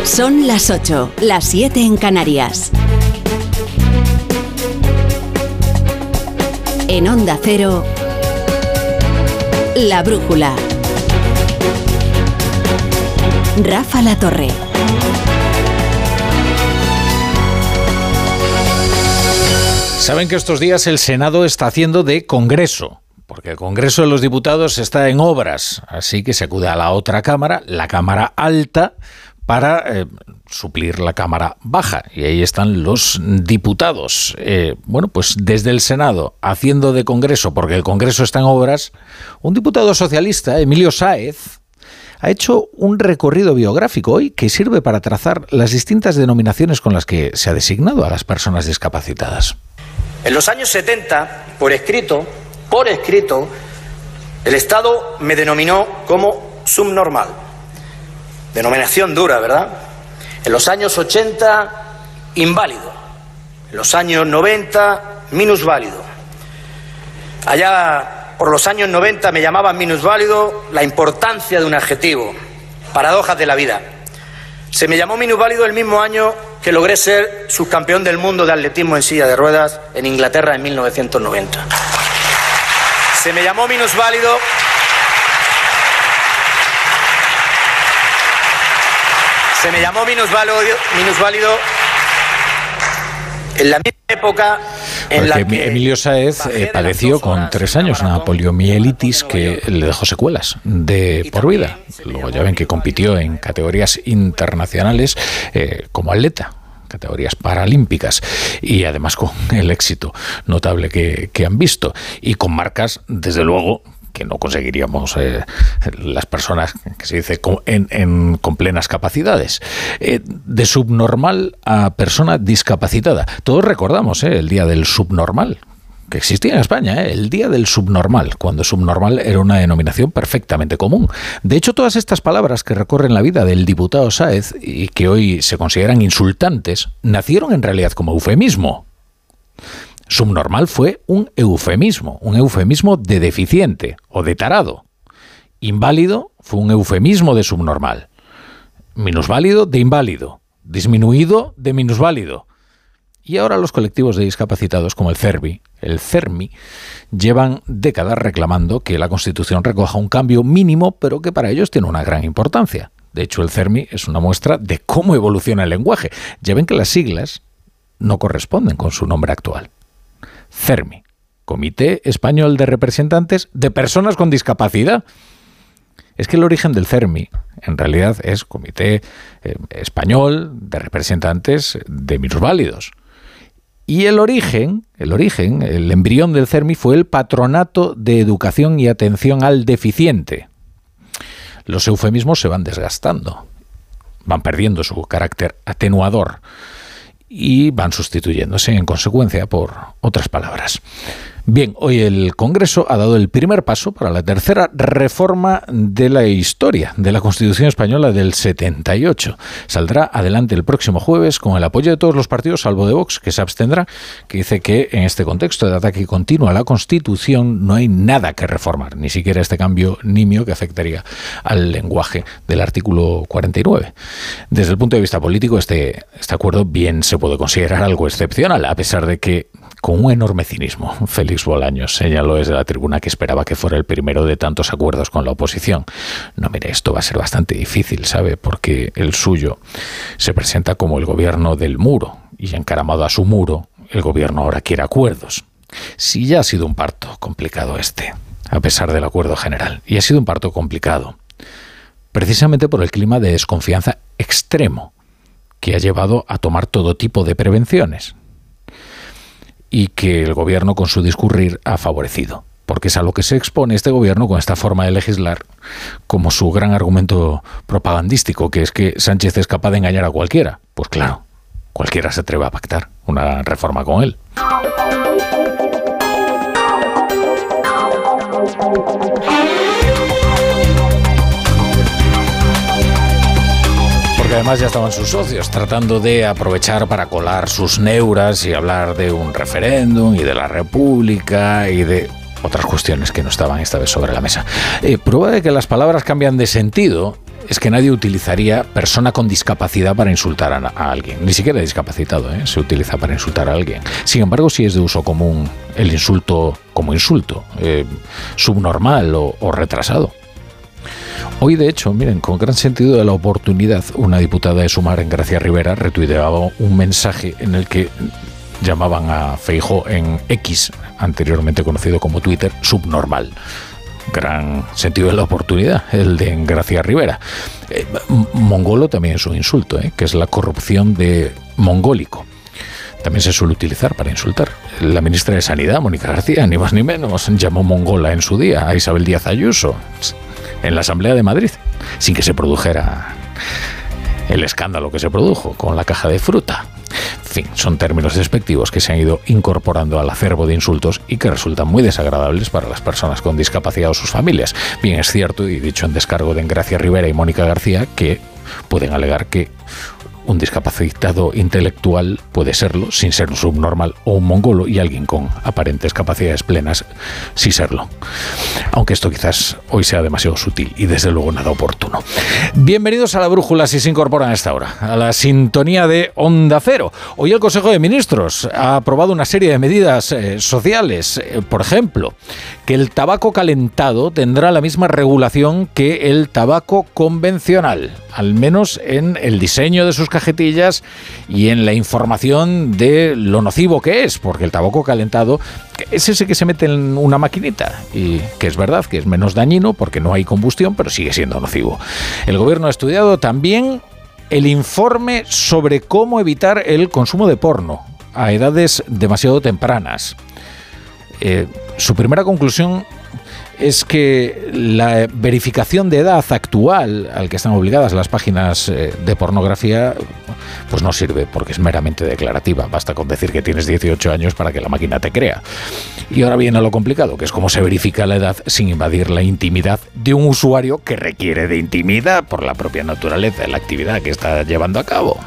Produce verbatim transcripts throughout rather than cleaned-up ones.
Son las ocho, las siete en Canarias. En Onda Cero, La Brújula. Rafa La Torre. Saben que estos días el Senado está haciendo de Congreso, porque el Congreso de los Diputados está en obras, así que se acude a la otra Cámara, la Cámara Alta, para eh, suplir la Cámara Baja, y ahí están los diputados. Eh, bueno, pues desde el Senado, haciendo de Congreso, porque el Congreso está en obras, un diputado socialista, Emilio Sáez, ha hecho un recorrido biográfico hoy que sirve para trazar las distintas denominaciones con las que se ha designado a las personas discapacitadas. En los años setenta, por escrito, por escrito, el Estado me denominó como subnormal. Denominación dura, ¿verdad? En los años ochenta, inválido. En los años noventa, minusválido. Allá por los años noventa me llamaban minusválido la importancia de un adjetivo. Paradojas de la vida. Se me llamó minusválido el mismo año que logré ser subcampeón del mundo de atletismo en silla de ruedas en Inglaterra en mil novecientos noventa. Se me llamó minusválido Se me llamó minusválido, minusválido en la misma época en la que Emilio Sáez eh, padeció con tres años una poliomielitis que le dejó secuelas de por vida. Luego ya ven que compitió en categorías internacionales eh, como atleta, categorías paralímpicas, y además con el éxito notable que, que han visto, y con marcas, desde luego, que no conseguiríamos eh, las personas que se dice con, en, en, con plenas capacidades. Eh, de subnormal a persona discapacitada. Todos recordamos eh, el día del subnormal, que existía en España, ¿eh? El día del subnormal, cuando subnormal era una denominación perfectamente común. De hecho, todas estas palabras que recorren la vida del diputado Sáez y que hoy se consideran insultantes, nacieron en realidad como eufemismo. Subnormal fue un eufemismo, un eufemismo de deficiente o de tarado. Inválido fue un eufemismo de subnormal. Minusválido de inválido. Disminuido de minusválido. Y ahora los colectivos de discapacitados como el CERVI, el CERMI, llevan décadas reclamando que la Constitución recoja un cambio mínimo, pero que para ellos tiene una gran importancia. De hecho, el CERMI es una muestra de cómo evoluciona el lenguaje. Ya ven que las siglas no corresponden con su nombre actual. CERMI, Comité Español de Representantes de Personas con Discapacidad. Es que el origen del CERMI en realidad es Comité eh, Español de Representantes de Minusválidos. Y el origen, el origen, el embrión del CERMI fue el Patronato de Educación y Atención al Deficiente. Los eufemismos se van desgastando, van perdiendo su carácter atenuador y van sustituyéndose en consecuencia por otras palabras. Bien, hoy el Congreso ha dado el primer paso para la tercera reforma de la historia de la Constitución Española del setenta y ocho. Saldrá adelante el próximo jueves con el apoyo de todos los partidos, salvo de Vox, que se abstendrá, que dice que en este contexto de ataque continuo a la Constitución no hay nada que reformar, ni siquiera este cambio nimio que afectaría al lenguaje del artículo cuarenta y nueve. Desde el punto de vista político, este, este acuerdo bien se puede considerar algo excepcional, a pesar de que, con un enorme cinismo, Félix Bolaños señaló desde la tribuna que esperaba que fuera el primero de tantos acuerdos con la oposición. No, mire, esto va a ser bastante difícil, ¿sabe? Porque el suyo se presenta como el gobierno del muro, y encaramado a su muro, el gobierno ahora quiere acuerdos. Si ya ha sido un parto complicado este, a pesar del acuerdo general, y ha sido un parto complicado, precisamente por el clima de desconfianza extremo que ha llevado a tomar todo tipo de prevenciones, y que el gobierno con su discurrir ha favorecido, porque es a lo que se expone este gobierno con esta forma de legislar como su gran argumento propagandístico, que es que Sánchez es capaz de engañar a cualquiera. Pues claro, cualquiera se atreve a pactar una reforma con él. Porque además ya estaban sus socios tratando de aprovechar para colar sus neuras y hablar de un referéndum y de la República y de... otras cuestiones que no estaban esta vez sobre la mesa. Eh, prueba de que las palabras cambian de sentido es que nadie utilizaría persona con discapacidad para insultar a, a alguien. Ni siquiera discapacitado, ¿eh? Se utiliza para insultar a alguien. Sin embargo, sí es de uso común el insulto como insulto, eh, subnormal o, o retrasado. Hoy, de hecho, miren, con gran sentido de la oportunidad, una diputada de Sumar, en Gracia Rivera, retuiteaba un mensaje en el que llamaban a Feijóo en X, anteriormente conocido como Twitter, subnormal. Gran sentido de la oportunidad, el de Gracia Rivera. Eh, mongolo también es un insulto, ¿eh? Que es la corrupción de mongólico. También se suele utilizar para insultar. La ministra de Sanidad, Mónica García, ni más ni menos, llamó mongola en su día a Isabel Díaz Ayuso en la Asamblea de Madrid, sin que se produjera el escándalo que se produjo con la caja de fruta. En fin, son términos despectivos que se han ido incorporando al acervo de insultos y que resultan muy desagradables para las personas con discapacidad o sus familias. Bien, es cierto, y dicho en descargo de Gracia Rivera y Mónica García, que pueden alegar que un discapacitado intelectual puede serlo sin ser un subnormal o un mongolo, y alguien con aparentes capacidades plenas sí serlo. Aunque esto quizás hoy sea demasiado sutil y desde luego nada oportuno. Bienvenidos a La Brújula, si se incorporan a esta hora, a la sintonía de Onda Cero. Hoy el Consejo de Ministros ha aprobado una serie de medidas eh, sociales. Eh, por ejemplo, que el tabaco calentado tendrá la misma regulación que el tabaco convencional, al menos en el diseño de sus cajetillas y en la información de lo nocivo que es, porque el tabaco calentado es ese que se mete en una maquinita y que es verdad que es menos dañino porque no hay combustión, pero sigue siendo nocivo. El gobierno ha estudiado también el informe sobre cómo evitar el consumo de porno a edades demasiado tempranas. Eh, su primera conclusión es que la verificación de edad actual al que están obligadas las páginas de pornografía pues no sirve, porque es meramente declarativa. Basta con decir que tienes dieciocho años para que la máquina te crea. Y ahora viene lo complicado, que es cómo se verifica la edad sin invadir la intimidad de un usuario que requiere de intimidad por la propia naturaleza de la actividad que está llevando a cabo.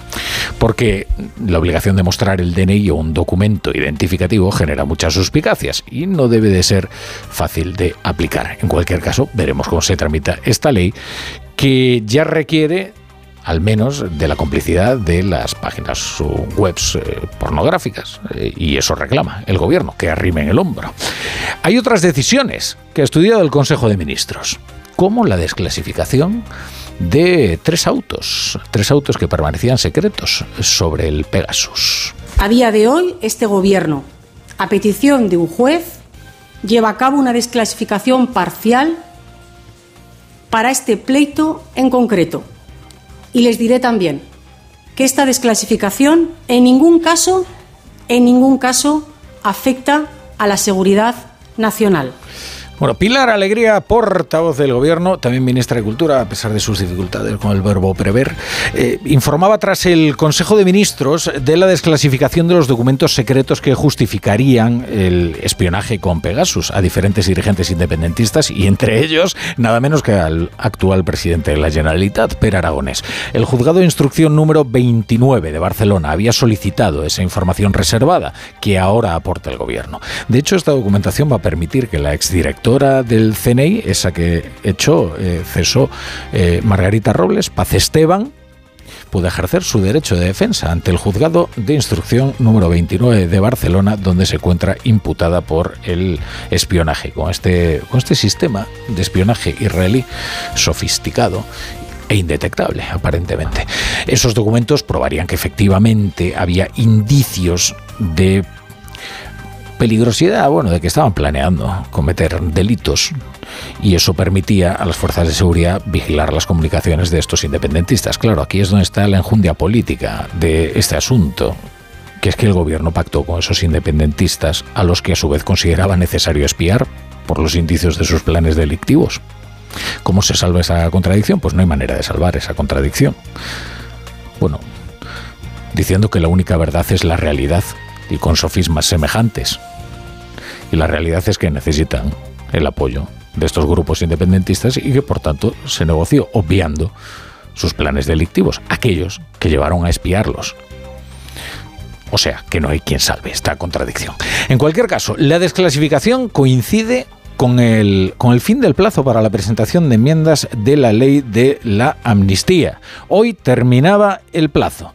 Porque la obligación de mostrar el D N I o un documento identificativo genera muchas suspicacias y no debe de ser fácil de aplicar. En cualquier caso, veremos cómo se tramita esta ley, que ya requiere al menos de la complicidad de las páginas web eh, pornográficas, eh, y eso reclama el gobierno, que arrimen el hombro. Hay otras decisiones que ha estudiado el Consejo de Ministros, como la desclasificación de tres autos, tres autos que permanecían secretos sobre el Pegasus. A día de hoy, este gobierno, a petición de un juez, lleva a cabo una desclasificación parcial para este pleito en concreto. Y les diré también que esta desclasificación en ningún caso, en ningún caso afecta a la seguridad nacional. Bueno, Pilar Alegría, portavoz del Gobierno, también ministra de Cultura, a pesar de sus dificultades con el verbo prever, eh, informaba tras el Consejo de Ministros de la desclasificación de los documentos secretos que justificarían el espionaje con Pegasus a diferentes dirigentes independentistas y entre ellos nada menos que al actual presidente de la Generalitat, Pere Aragonés. El juzgado de instrucción número veintinueve de Barcelona había solicitado esa información reservada que ahora aporta el Gobierno. De hecho, esta documentación va a permitir que la exdirectora del C N I, esa que echó, eh, cesó eh, Margarita Robles, Paz Esteban, puede ejercer su derecho de defensa ante el juzgado de instrucción número veintinueve de Barcelona, donde se encuentra imputada por el espionaje, con este, con este sistema de espionaje israelí sofisticado e indetectable, aparentemente. Esos documentos probarían que efectivamente había indicios de peligrosidad, bueno, de que estaban planeando cometer delitos, y eso permitía a las fuerzas de seguridad vigilar las comunicaciones de estos independentistas. Claro, aquí es donde está la enjundia política de este asunto, que es que el gobierno pactó con esos independentistas a los que a su vez consideraba necesario espiar por los indicios de sus planes delictivos. ¿Cómo se salva esa contradicción? Pues no hay manera de salvar esa contradicción. Bueno, diciendo que la única verdad es la realidad y con sofismas semejantes. Y la realidad es que necesitan el apoyo de estos grupos independentistas y que por tanto se negoció obviando sus planes delictivos, aquellos que llevaron a espiarlos. O sea, que no hay quien salve esta contradicción. En cualquier caso, la desclasificación coincide con el, con el fin del plazo para la presentación de enmiendas de la ley de la amnistía. Hoy terminaba el plazo.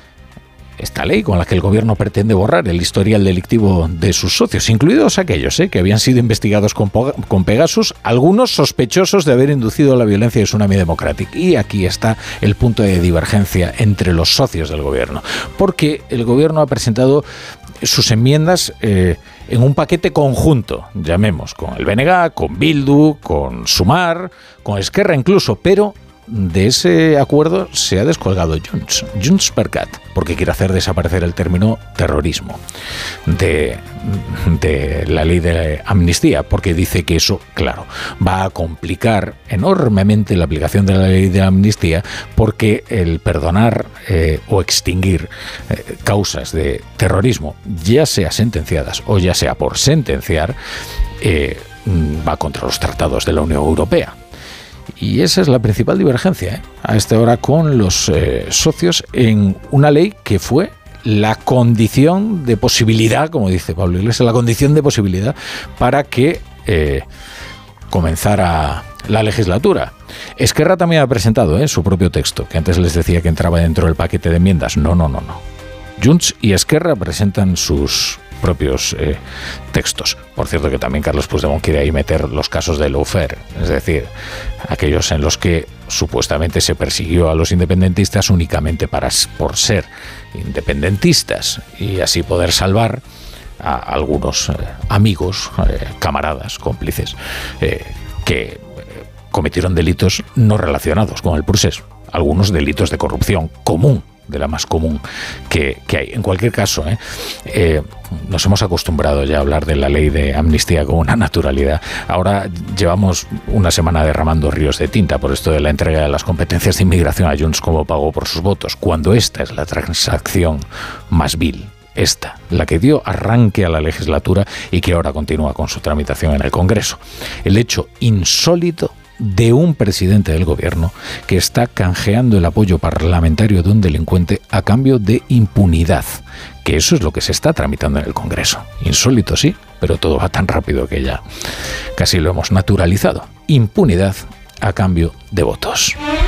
Esta ley con la que el gobierno pretende borrar el historial delictivo de sus socios, incluidos aquellos eh, que habían sido investigados con, con Pegasus, algunos sospechosos de haber inducido la violencia de Tsunami Democratic. Y aquí está el punto de divergencia entre los socios del gobierno, porque el gobierno ha presentado sus enmiendas eh, en un paquete conjunto, llamemos, con el B N G, con Bildu, con Sumar, con Esquerra incluso, pero de ese acuerdo se ha descolgado Junts, Junts per Cat, porque quiere hacer desaparecer el término terrorismo de, de la ley de amnistía, porque dice que eso, claro, va a complicar enormemente la aplicación de la ley de amnistía, porque el perdonar eh, o extinguir eh, causas de terrorismo, ya sea sentenciadas o ya sea por sentenciar, eh, va contra los tratados de la Unión Europea. Y esa es la principal divergencia ¿eh? a esta hora con los eh, socios en una ley que fue la condición de posibilidad, como dice Pablo Iglesias, la condición de posibilidad para que eh, comenzara la legislatura. Esquerra también ha presentado ¿eh? su propio texto, que antes les decía que entraba dentro del paquete de enmiendas. No, no, no, no. Junts y Esquerra presentan sus propios eh, textos. Por cierto, que también Carlos Puigdemont quiere ahí meter los casos de lawfare, es decir, aquellos en los que supuestamente se persiguió a los independentistas únicamente para, por ser independentistas y así poder salvar a algunos eh, amigos, eh, camaradas, cómplices, eh, que cometieron delitos no relacionados con el procés, algunos delitos de corrupción común, de la más común que, que hay. En cualquier caso, ¿eh? Eh, nos hemos acostumbrado ya a hablar de la ley de amnistía con una naturalidad. Ahora llevamos una semana derramando ríos de tinta por esto de la entrega de las competencias de inmigración a Junts como pago por sus votos, cuando esta es la transacción más vil. Esta, la que dio arranque a la legislatura y que ahora continúa con su tramitación en el Congreso. El hecho insólito de un presidente del gobierno que está canjeando el apoyo parlamentario de un delincuente a cambio de impunidad, que eso es lo que se está tramitando en el Congreso. Insólito, sí, pero todo va tan rápido que ya casi lo hemos naturalizado. Impunidad a cambio de votos.